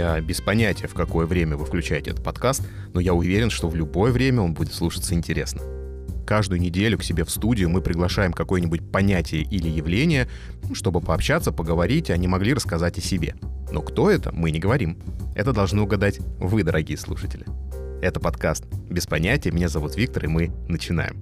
Я без понятия, в какое время вы включаете этот подкаст, но я уверен, что в любое время он будет слушаться интересно. Каждую неделю к себе в студию мы приглашаем какое-нибудь понятие или явление, чтобы пообщаться, поговорить, а не могли рассказать о себе. Но кто это, мы не говорим. Это должны угадать вы, дорогие слушатели. Это подкаст «Без понятия». Меня зовут Виктор, и мы начинаем.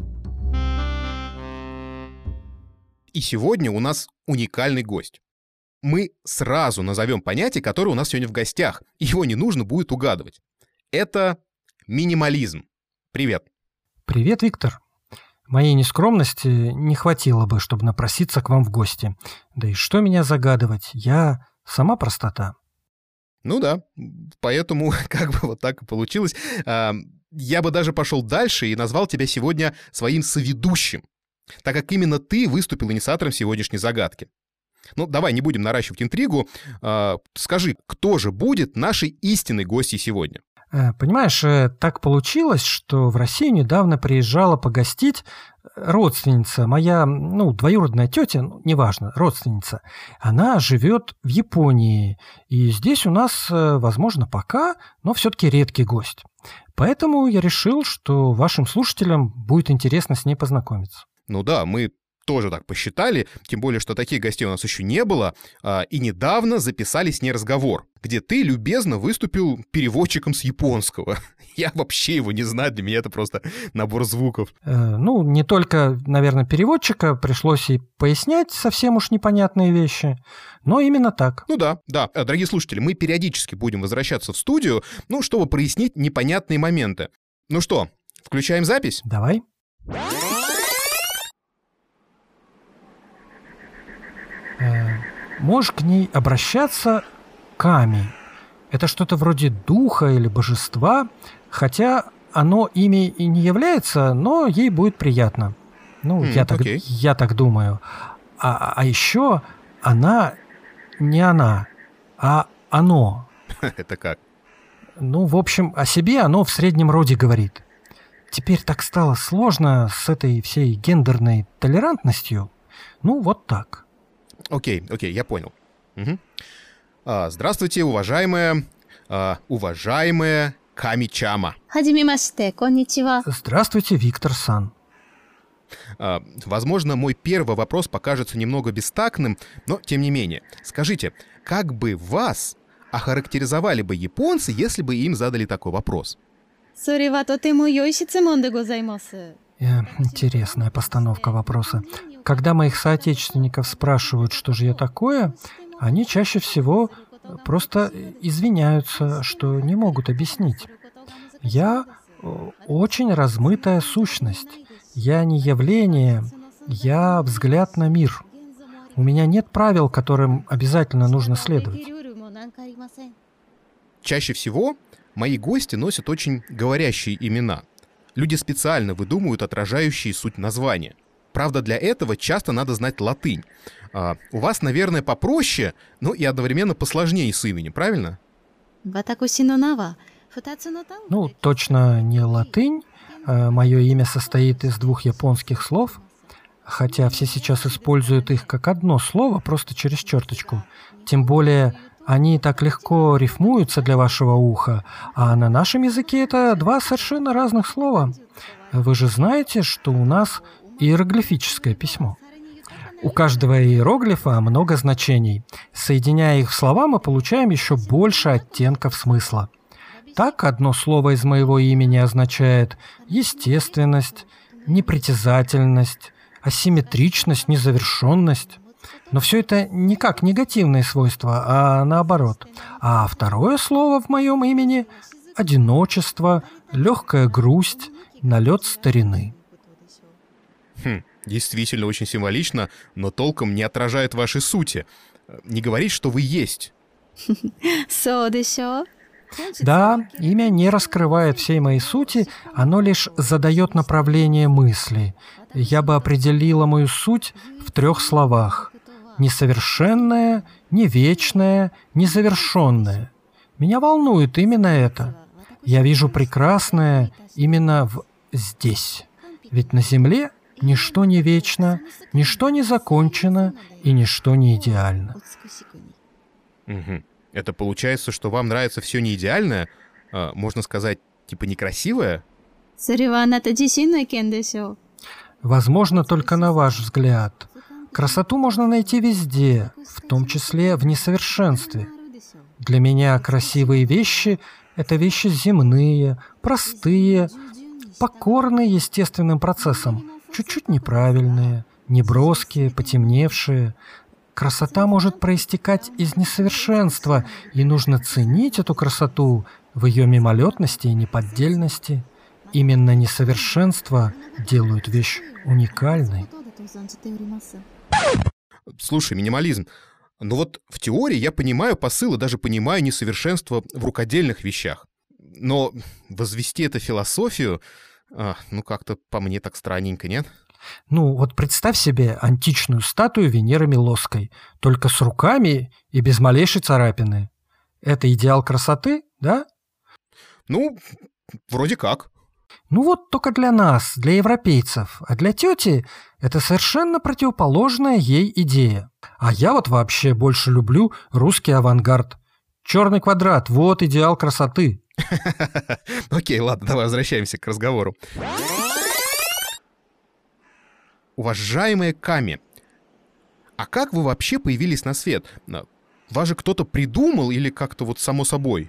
И сегодня у нас уникальный гость. Мы сразу назовем понятие, которое у нас сегодня в гостях. Его не нужно будет угадывать. Это минимализм. Привет. Привет, Виктор. Моей нескромности не хватило бы, чтобы напроситься к вам в гости. Да и что меня загадывать? Я сама простота. Ну да, поэтому как бы вот так и получилось. Я бы даже пошел дальше и назвал тебя сегодня своим соведущим, так как именно ты выступил инициатором сегодняшней загадки. Ну, давай не будем наращивать интригу. Скажи, кто же будет нашей истинной гостьей сегодня? Понимаешь, так получилось, что в Россию недавно приезжала погостить родственница, моя, двоюродная тетя, неважно, родственница. Она живет в Японии, и здесь у нас, возможно, пока, но все-таки редкий гость. Поэтому я решил, что вашим слушателям будет интересно с ней познакомиться. Ну да, мы тоже так посчитали, тем более, что таких гостей у нас еще не было, и недавно записали с ней разговор, где ты любезно выступил переводчиком с японского. Я вообще его не знаю, для меня это просто набор звуков. Не только, наверное, переводчика, пришлось и пояснять совсем уж непонятные вещи, но именно так. Ну да. Дорогие слушатели, мы периодически будем возвращаться в студию, чтобы прояснить непонятные моменты. Ну что, включаем запись? Давай. Можешь к ней обращаться Ками. Это что-то вроде духа или божества, хотя оно ими и не является, но ей будет приятно. Я так думаю. А еще она не она, а оно. Это как? В общем, о себе оно в среднем роде говорит. Теперь так стало сложно с этой всей гендерной толерантностью. Вот так. Окей, я понял. Угу. Здравствуйте, уважаемая Ками-чама. Здравствуйте, Виктор-сан. Возможно, мой первый вопрос покажется немного бестактным, но тем не менее. Скажите, как бы вас охарактеризовали бы японцы, если бы им задали такой вопрос? Интересная постановка вопроса. Когда моих соотечественников спрашивают, что же я такое, они чаще всего просто извиняются, что не могут объяснить. Я очень размытая сущность. Я не явление, я взгляд на мир. У меня нет правил, которым обязательно нужно следовать. Чаще всего мои гости носят очень говорящие имена. Люди специально выдумывают отражающие суть названия. Правда, для этого часто надо знать латынь. У вас, наверное, попроще, но и одновременно посложнее с именем, правильно? Точно не латынь. Мое имя состоит из двух японских слов, хотя все сейчас используют их как одно слово, просто через черточку. Тем более они так легко рифмуются для вашего уха, а на нашем языке это два совершенно разных слова. Вы же знаете, что у нас иероглифическое письмо. У каждого иероглифа много значений. Соединяя их в слова, мы получаем еще больше оттенков смысла. Так, одно слово из моего имени означает естественность, непритязательность, асимметричность, незавершенность. Но все это не как негативные свойства, а наоборот. А второе слово в моем имени – одиночество, легкая грусть, налет старины. Действительно очень символично, но толком не отражает вашей сути. Не говорить, что вы есть. Да, имя не раскрывает всей моей сути, оно лишь задает направление мысли. Я бы определила мою суть в 3 словах. Несовершенное, не вечное, незавершенное. Меня волнует именно это. Я вижу прекрасное именно здесь. Ведь на Земле ничто не вечно, ничто не закончено и ничто не идеально. Угу. Это получается, что вам нравится все не идеальное, можно сказать, типа некрасивое? それはあなた自身の意見でしょう。 Возможно, только на ваш взгляд. Красоту можно найти везде, в том числе в несовершенстве. Для меня красивые вещи – это вещи земные, простые, покорные естественным процессам, чуть-чуть неправильные, неброские, потемневшие. Красота может проистекать из несовершенства, и нужно ценить эту красоту в ее мимолетности и неподдельности. Именно несовершенства делают вещь уникальной. Слушай, минимализм. Ну вот в теории я понимаю посыл и даже понимаю несовершенство в рукодельных вещах. Но возвести это в философию, ну как-то по мне так странненько, нет? Ну, вот представь себе античную статую Венеры Милосской, только с руками и без малейшей царапины. Это идеал красоты, да? Ну, вроде как. Ну вот только для нас, для европейцев, а для тети это совершенно противоположная ей идея. А я вот вообще больше люблю русский авангард. Черный квадрат – вот идеал красоты. Окей, ладно, давай возвращаемся к разговору. Уважаемая Ками, а как вы вообще появились на свет? Вас же кто-то придумал или как-то вот само собой?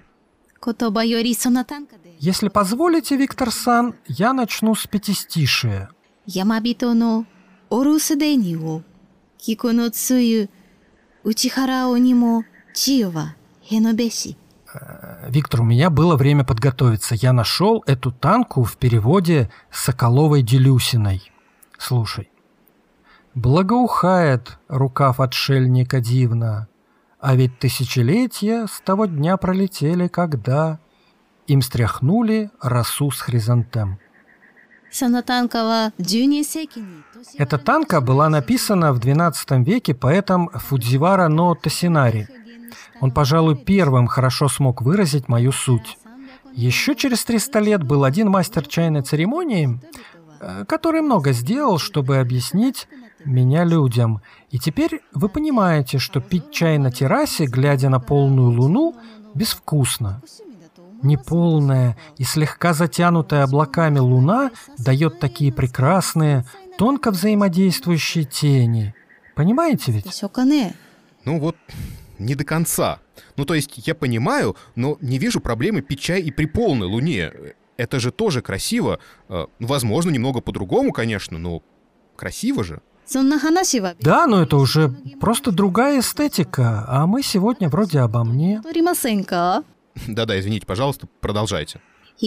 Если позволите, Виктор-сан, я начну с пятистишия. Ямабито но орусу дени о кико но цую учихара о нимо чио ва хенобеши. Виктор, у меня было время подготовиться. Я нашел эту танку в переводе Соколовой-Делюсиной. Слушай. Благоухает рукав отшельника дивно, а ведь тысячелетия с того дня пролетели, когда им стряхнули росу с хризантем. Эта танка была написана в XII веке поэтом Фудзивара но Тосинари. Он, пожалуй, первым хорошо смог выразить мою суть. Еще через 300 лет был один мастер чайной церемонии, который много сделал, чтобы объяснить меня людям. И теперь вы понимаете, что пить чай на террасе, глядя на полную луну, безвкусно. Неполная и слегка затянутая облаками луна дает такие прекрасные, тонко взаимодействующие тени. Понимаете ведь? Ну вот, не до конца. Ну то есть я понимаю, но не вижу проблемы пить чай и при полной луне. Это же тоже красиво. Возможно, немного по-другому, конечно, но красиво же. Да, но это уже просто другая эстетика, а мы сегодня вроде обо мне. Да-да, извините, пожалуйста, продолжайте.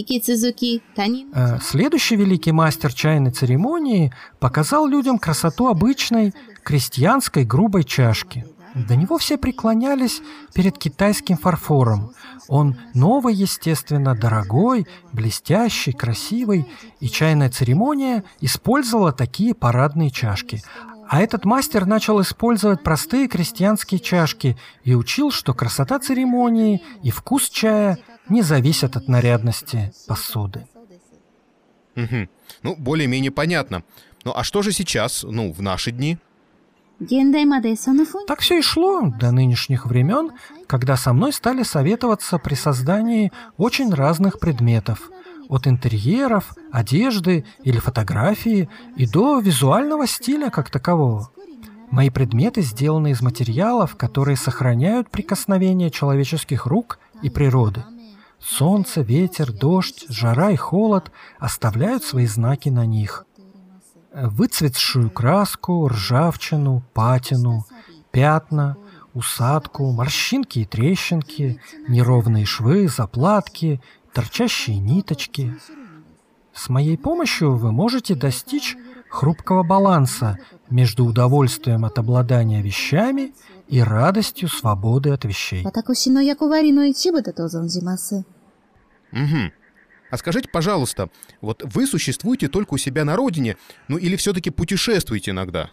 Следующий великий мастер чайной церемонии показал людям красоту обычной крестьянской грубой чашки. До него все преклонялись перед китайским фарфором. Он новый, естественно, дорогой, блестящий, красивый, и чайная церемония использовала такие парадные чашки. А этот мастер начал использовать простые крестьянские чашки и учил, что красота церемонии и вкус чая не зависят от нарядности посуды. Угу. Ну, более-менее понятно. Ну, а что же сейчас, в наши дни? Так все и шло до нынешних времен, когда со мной стали советоваться при создании очень разных предметов. От интерьеров, одежды или фотографии и до визуального стиля как такового. Мои предметы сделаны из материалов, которые сохраняют прикосновение человеческих рук и природы. Солнце, ветер, дождь, жара и холод оставляют свои знаки на них. Выцветшую краску, ржавчину, патину, пятна, усадку, морщинки и трещинки, неровные швы, заплатки, торчащие ниточки. С моей помощью вы можете достичь хрупкого баланса между удовольствием от обладания вещами и радостью свободы от вещей. Угу. А скажите, пожалуйста, вот вы существуете только у себя на родине, или все-таки путешествуете иногда?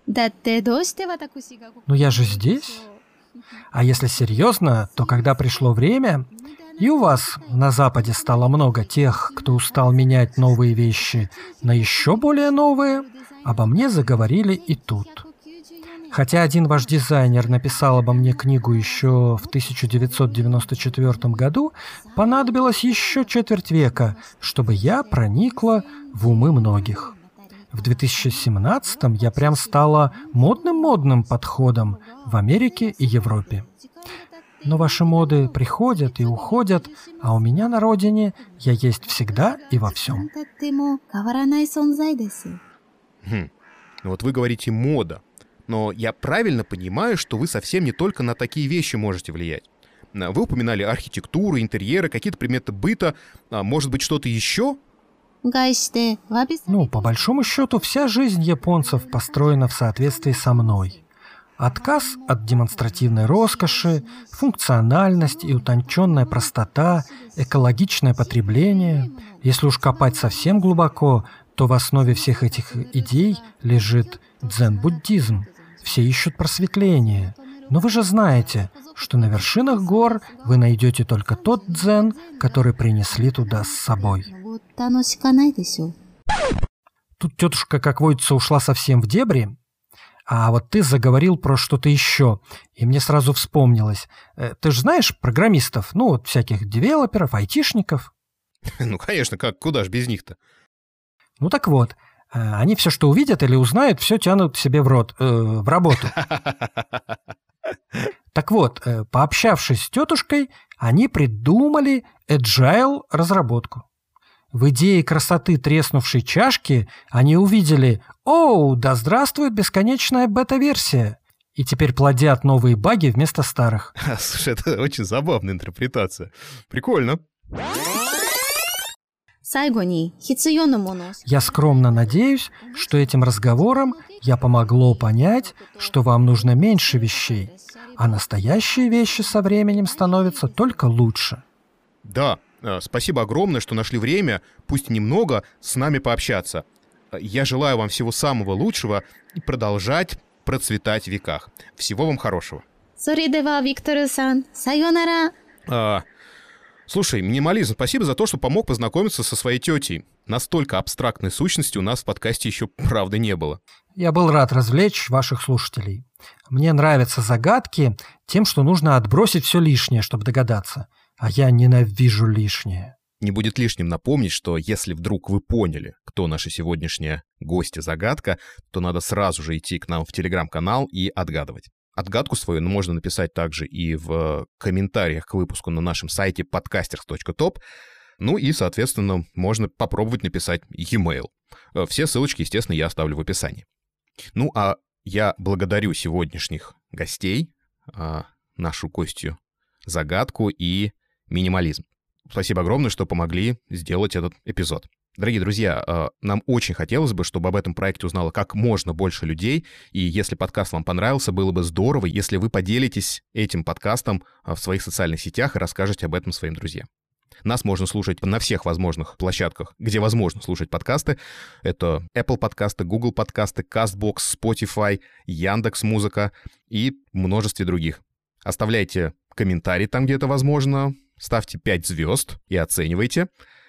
Но я же здесь. А если серьезно, то когда пришло время, и у вас на Западе стало много тех, кто устал менять новые вещи на еще более новые, обо мне заговорили и тут. Хотя один ваш дизайнер написал обо мне книгу еще в 1994 году, понадобилось еще четверть века, чтобы я проникла в умы многих. В 2017 я прям стала модным подходом в Америке и Европе. Но ваши моды приходят и уходят, а у меня на родине я есть всегда и во всем. Вот вы говорите «мода», но я правильно понимаю, что вы совсем не только на такие вещи можете влиять. Вы упоминали архитектуру, интерьеры, какие-то предметы быта, а может быть что-то еще? По большому счету, вся жизнь японцев построена в соответствии со мной. Отказ от демонстративной роскоши, функциональность и утонченная простота, экологичное потребление. Если уж копать совсем глубоко, то в основе всех этих идей лежит дзен-буддизм. Все ищут просветление. Но вы же знаете, что на вершинах гор вы найдете только тот дзен, который принесли туда с собой. Тут тетушка, как водится, ушла совсем в дебри. А вот ты заговорил про что-то еще, и мне сразу вспомнилось. Ты же знаешь программистов, всяких девелоперов, айтишников? Конечно, куда ж без них-то? Так вот, они все, что увидят или узнают, все тянут себе в рот, в работу. Так вот, пообщавшись с тетушкой, они придумали agile разработку. В идее красоты треснувшей чашки они увидели: «Оу, да здравствует бесконечная бета-версия!» И теперь плодят новые баги вместо старых. Слушай, это очень забавная интерпретация. Прикольно. Я скромно надеюсь, что этим разговором я помогло понять, что вам нужно меньше вещей, а настоящие вещи со временем становятся только лучше. Да, спасибо огромное, что нашли время, пусть немного, с нами пообщаться. Я желаю вам всего самого лучшего и продолжать процветать в веках. Всего вам хорошего. Слушай, минимализм, спасибо за то, что помог познакомиться со своей тетей. Настолько абстрактной сущности у нас в подкасте еще правда не было. Я был рад развлечь ваших слушателей. Мне нравятся загадки тем, что нужно отбросить все лишнее, чтобы догадаться. А я ненавижу лишнее. Не будет лишним напомнить, что если вдруг вы поняли, кто наша сегодняшняя гостья-загадка, то надо сразу же идти к нам в телеграм-канал и отгадывать. Отгадку свою можно написать также и в комментариях к выпуску на нашем сайте podcasters.top. И, соответственно, можно попробовать написать e-mail. Все ссылочки, естественно, я оставлю в описании. А я благодарю сегодняшних гостей, нашу гостью загадку и минимализм. Спасибо огромное, что помогли сделать этот эпизод. Дорогие друзья, нам очень хотелось бы, чтобы об этом проекте узнало как можно больше людей, и если подкаст вам понравился, было бы здорово, если вы поделитесь этим подкастом в своих социальных сетях и расскажете об этом своим друзьям. Нас можно слушать на всех возможных площадках, где возможно слушать подкасты. Это Apple подкасты, Google подкасты, CastBox, Spotify, Яндекс.Музыка и множестве других. Оставляйте комментарии там, где это возможно, ставьте 5 звезд и оценивайте.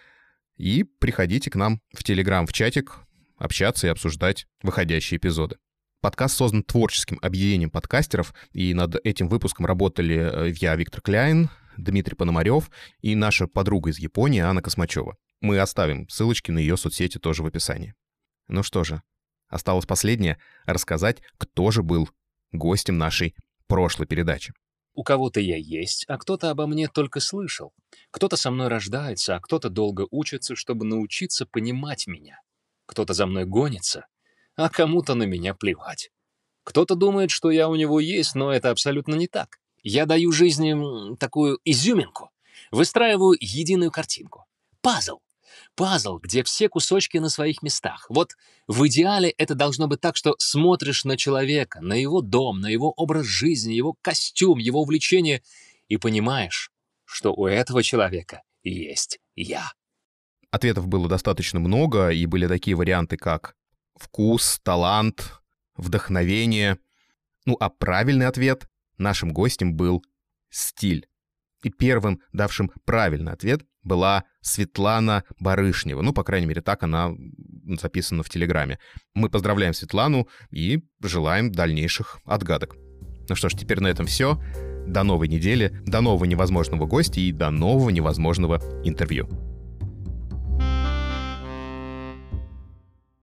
И приходите к нам в Телеграм, в чатик, общаться и обсуждать выходящие эпизоды. Подкаст создан творческим объединением подкастеров, и над этим выпуском работали я, Виктор Кляйн, Дмитрий Пономарев и наша подруга из Японии Анна Космачева. Мы оставим ссылочки на ее соцсети тоже в описании. Ну что же, осталось последнее — рассказать, кто же был гостем нашей прошлой передачи. У кого-то я есть, а кто-то обо мне только слышал. Кто-то со мной рождается, а кто-то долго учится, чтобы научиться понимать меня. Кто-то за мной гонится, а кому-то на меня плевать. Кто-то думает, что я у него есть, но это абсолютно не так. Я даю жизни такую изюминку, выстраиваю единую картинку. Пазл. Пазл, где все кусочки на своих местах. Вот в идеале это должно быть так, что смотришь на человека, на его дом, на его образ жизни, его костюм, его увлечение и понимаешь, что у этого человека есть я. Ответов было достаточно много, и были такие варианты, как вкус, талант, вдохновение. А правильный ответ нашим гостем был стиль. И первым давшим правильный ответ была Светлана Барышнева. Ну, по крайней мере, так она записана в Телеграме. Мы поздравляем Светлану и желаем дальнейших отгадок. Ну что ж, теперь на этом все. До новой недели, до нового невозможного гостя и до нового невозможного интервью.